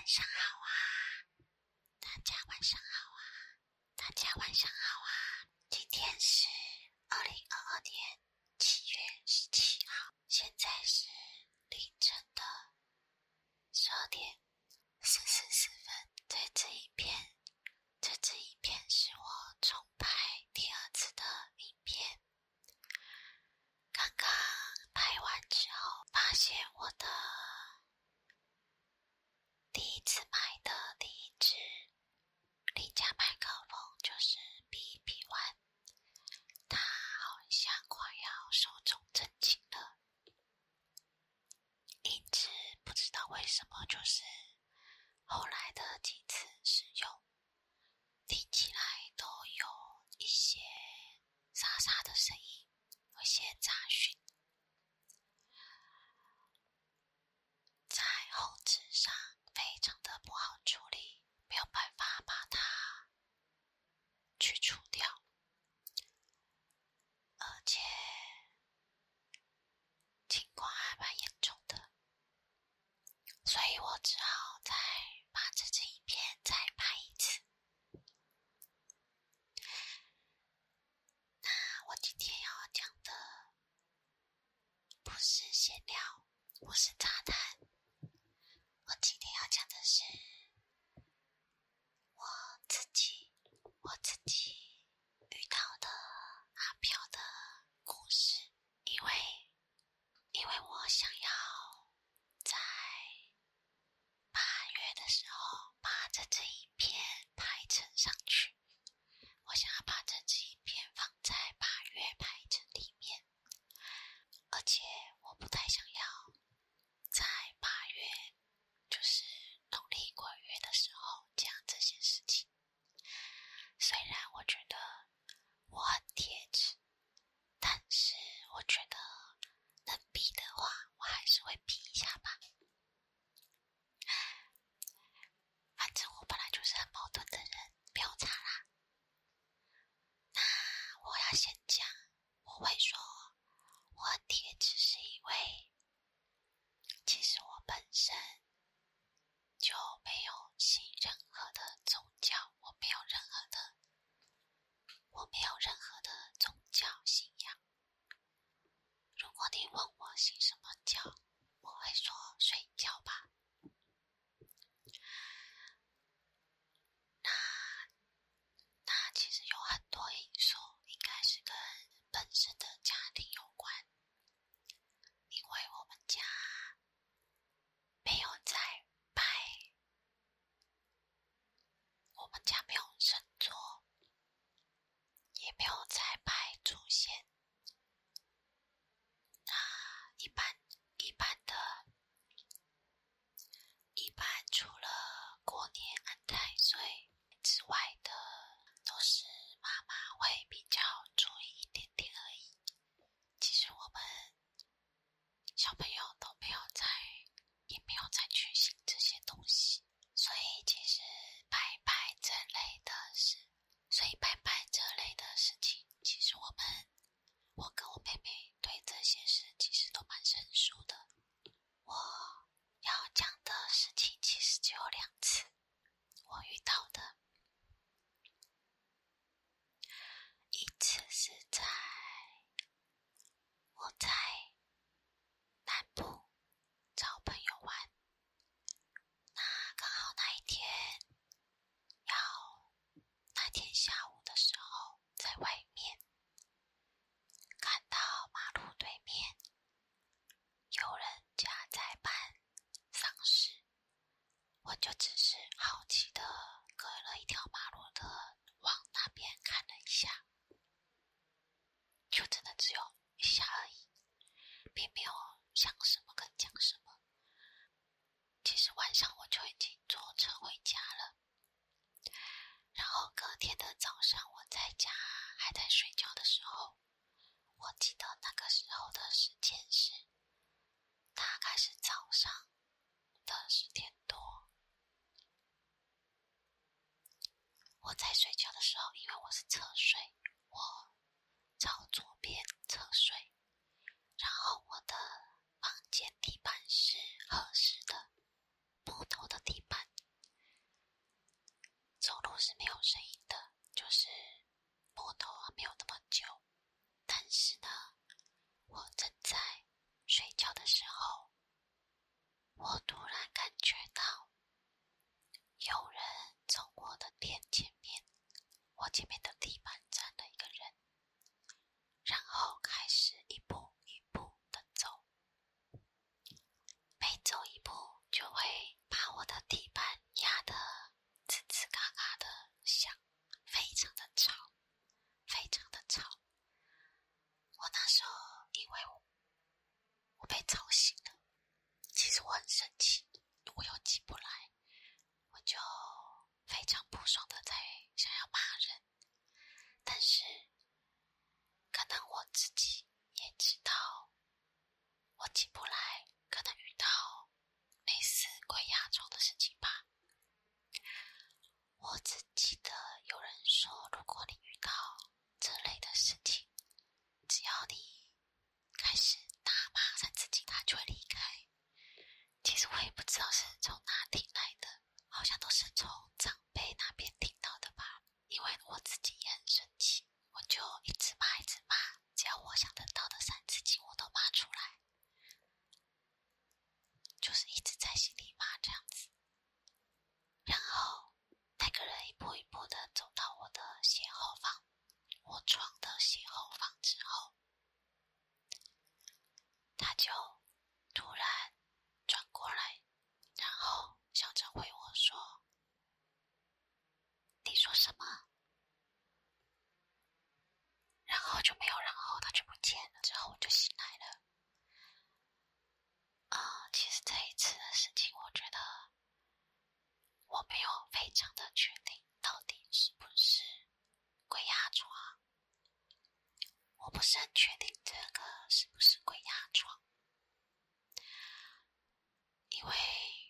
上好啊，大家晚上好啊，大家晚上好啊。今天是2022年7月17号，现在是凌晨的12点44分。这支影片是我重拍第二次的影片。刚刚拍完之后，发现我的第一次买的第一支立架麦克风就是 BEP1， 它好像快要寿终正寝了。一直不知道为什么，就是后来的几次使用，听起来都有一些沙沙的声音，有一些杂讯。在后置上非常的不好处理，没有办法把它去除掉，而且情况还蛮严重的，所以我只好再把这支影片再拍一次。那我今天要讲的不是闲聊，不是杂谈，我今天要讲的是我自己遇到的阿飘的故事。因为我想要在8月的时候把这支影片拍成上去，我想要把这支影片放在8月拍成里面，而且我不太想要在8月就是农历鬼月的时候讲这些事情。虽然我觉得我很贴纸，但是我觉得能避的话我还是会避一下吧。反正我本来就是很矛盾的人，不要查啦。那我要先讲，我会说我很贴纸是因为其实我本身就没有信任何的宗教，我没有任何的宗教信仰。如果你问我信什么教，我会说睡觉吧。那其实有很多因素，应该是跟本身的家庭有关。因为我们家没有在拜，我们家没有神桌，也没有在拜祖先。那一般除了过年安太岁之外的，都是妈妈会比较注意一点点而已。其实我们小朋友都也没有再去信这些东西，所以其实拜拜这类的事情，其实我跟我妹妹对这些事其实都蛮生疏的。我要讲的事情其实只有2次我遇到的。一次是我在南部找朋友玩，那刚好那天下午的时候，在外面看到马路对面有人家在办丧事，我就只是好奇的隔了一条马路的往那边看了一下，就真的只有一下而已，并没有想什么跟讲什么。其实晚上我就已经坐车回家了，然后隔天的早上我在家还在睡觉的时候，我记得那个时候的时间是大概是早上的10点多。我在睡觉的时候，因为我是侧睡，我朝左边侧睡，然后我的房间地板是合适的木头的地板， 我前面的地板站了一个人，然后开始一步一步的走，每走一步就会把我的地板压得吱吱嘎嘎的响，非常的吵，非常的吵。我那时候因为我被吵醒了，其实我很生气，我又起不来，我就非常不爽的在想要骂人，但是可能我自己也知道我起不来，可能遇到类似鬼压床的事情吧。我只记得有人说，如果你遇到这类的事情，只要你开始大骂三字经，他就会离开。其实我也不知道是从哪听来的，好像都是从长辈那边听到的吧。因为我自己也很生气，我就一直骂一直骂，只要我想得到的三字经我都骂出来，就是一直在心里骂这样子。然后那个人一步一步的走到我的斜后方，我床的斜后方之后，他就突然转过来，然后笑着回我说：“你说什么？”然后就没有然后，他就不见了。之后我就醒来了。其实这一次的事情，我觉得我没有非常的确定到底是不是鬼压床，我不是很确定这个是不是鬼压床，因为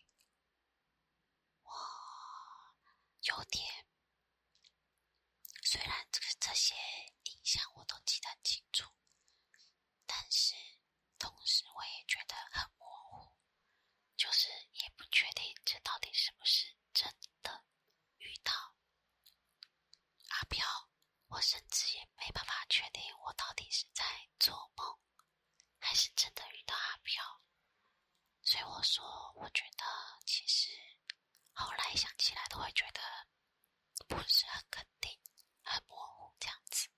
我有点，虽然这些印象我都记得很清楚，但是同时我也觉得很模糊，就是也不确定这到底是不是真的遇到阿飘，我甚至也没办法确定我到底是在做梦还是真的遇到阿飘。所以我说我觉得其实后来想起来都会觉得不是很肯定，很模糊这样子。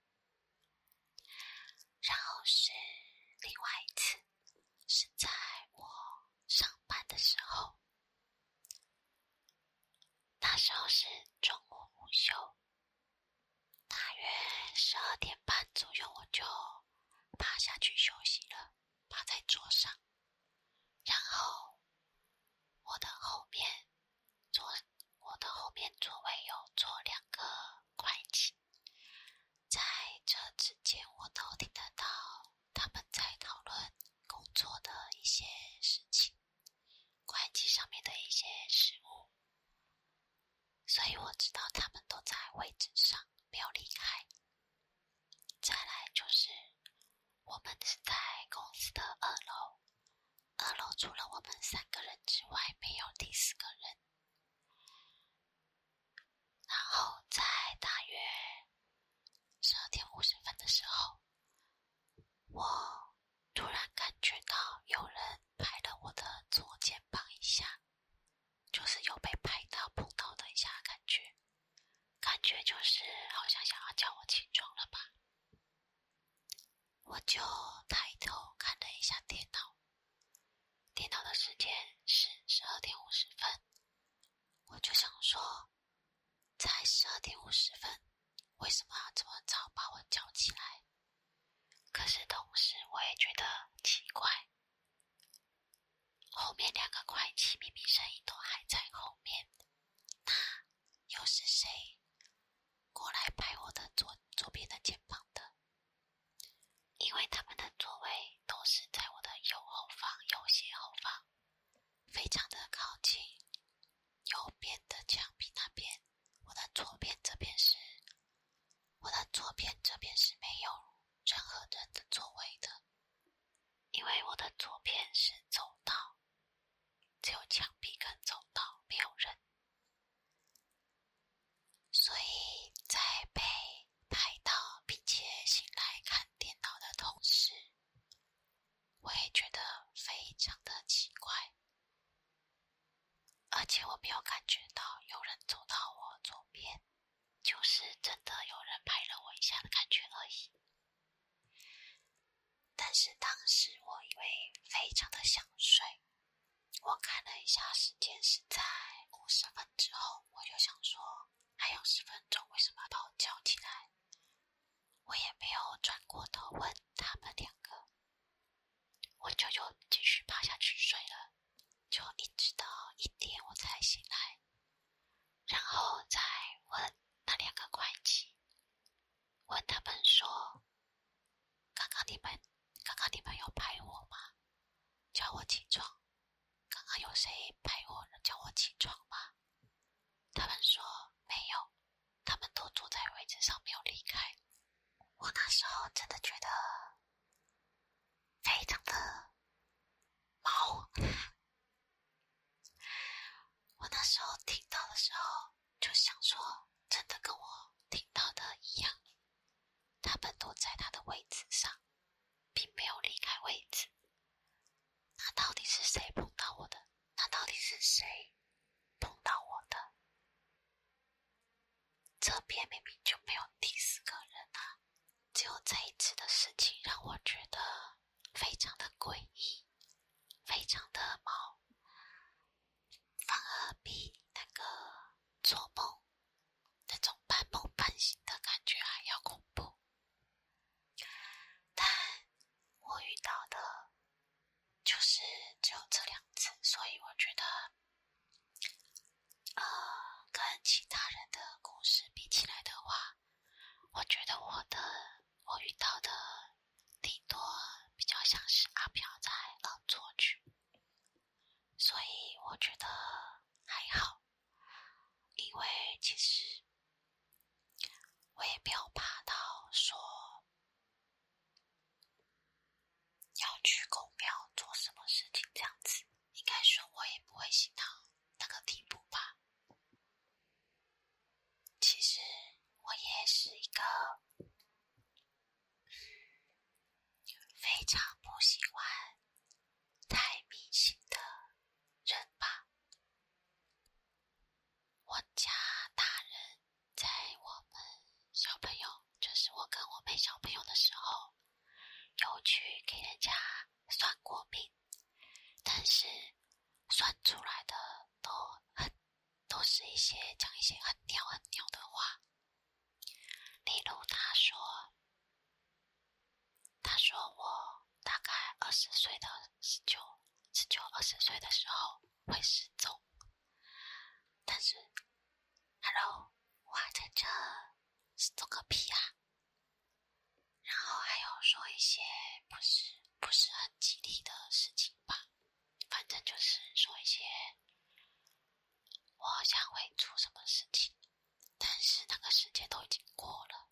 然后是另外一次，是在我上班的时候，那时候是中午午休，大约12点半左右我就趴下去休息了，趴在桌上，然后我的后面座位有坐2个会计，在这之间我都听得到他们在讨论工作的一些事情，会计上面的一些事务，所以我知道他们都在位置上没有离开。再来就是我们是在公司的2楼除了我们3个人之外没有第4个人。然后在大约12点50分的时候，我突然感觉到有人拍了我的左肩膀一下，就是有被拍到碰到的一下感觉就是好像想要叫我起床了吧。我就抬头看了一下电脑，电脑的时间是12点50分，我就想说才12点50分，为什么要这么早把我叫起来？可是同时我也觉得奇怪，后面2个会计明明声音都还在后面，那又是谁过来拍我的左边的肩膀的？因为他们的座位都是在我的右后方、右斜后方，非常的靠近右边的墙壁那边。我的左边这边是没有任何人的座位的，因为我的左边是走道，只有墙壁跟走道，没有人。所以在被拍到并且醒来看电脑的同时，我也觉得非常的奇怪，而且我没有感觉到有人走到我左边， 就是真的有人拍了我一下的感觉而已。但是当时我因为非常的想睡，我看了一下时间是在50分之后，我就想说还有10分钟，为什么要把我叫起来？我也没有转过头问他们2个，我就继续趴下去睡了，就一直到1点我才醒来，然后再问那2个会计，问他们说刚刚你们有拍我吗？叫我起床？刚刚有谁拍我叫我起床吗？他们说没有，他们都坐在位置上没有离开。我那时候真的觉得非常的毛。我那时候听到的时候就想说，真的跟我听到的一样，他们都在他的位置上，并没有离开位置。那到底是谁碰到我的？那到底是谁碰到我的？这边明明就没有第4个人啊，只有这一次的事情让我觉得非常的诡异，非常的毛，反而比那个做梦那种半梦半醒的感觉还要恐怖。但我遇到的就是只有这2次，所以我觉得跟其他人的故事比起来的话，我觉得我遇到的顶多比较像是阿飘在恶作剧，所以我觉得还好。因为其实我也没有怕到说要去公庙做什么事情这样子，应该说我也不会信到那个地步吧。其实我也是一个非常不喜欢太迷信的人吧。我家大人在我们小朋友，就是我跟我妹小朋友的时候，有去给人家算过命，但是算出来的都是讲一些很鸟的话。例如他说我大概19岁的时候会失踪，但是 Hello， 我还在这，失踪个屁啊！然后还有说一些不是很吉利的事情吧，反正就是说一些我好像会出什么事情，但是那个时间都已经过了。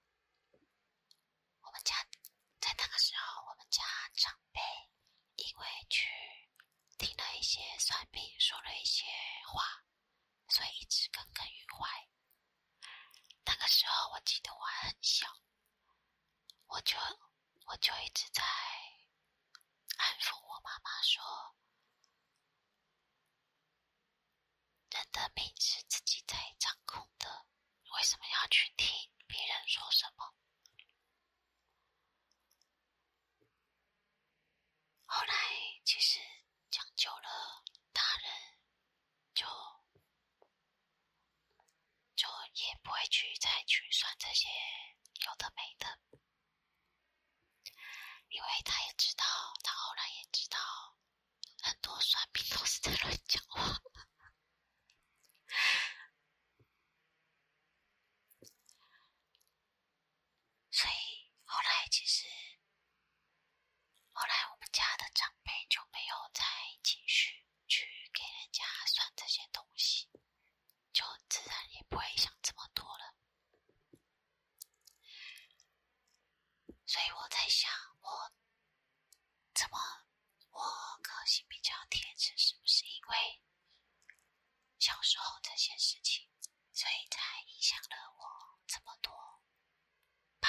我们家在那个时候，我们家长辈因为去听了一些算命，说了一些话，所以一直耿耿于怀。那个时候我记得我还很小，我就一直在安抚我妈妈说，人的命是自己在掌控的，为什么要去听别人说什么？后来其实讲久了，大人就也不会再去算这些有的没的，因为他也知道，他后来也知道很多算命都是在乱讲话。所以后来我们家的长辈就没有再继续去给人家算这些东西，就自然也不会想这么多了。所以我在想，我个性比较天真，是不是因为小时候这些事情，所以才影响了我这么多吧？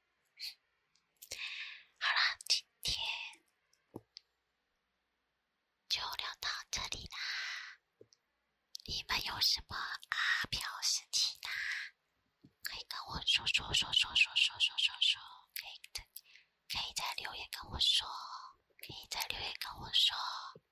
好啦，今天就聊到这里啦。你们有什么阿飘事情啊？ 说，可以在留言跟我说，可以在留言跟我说。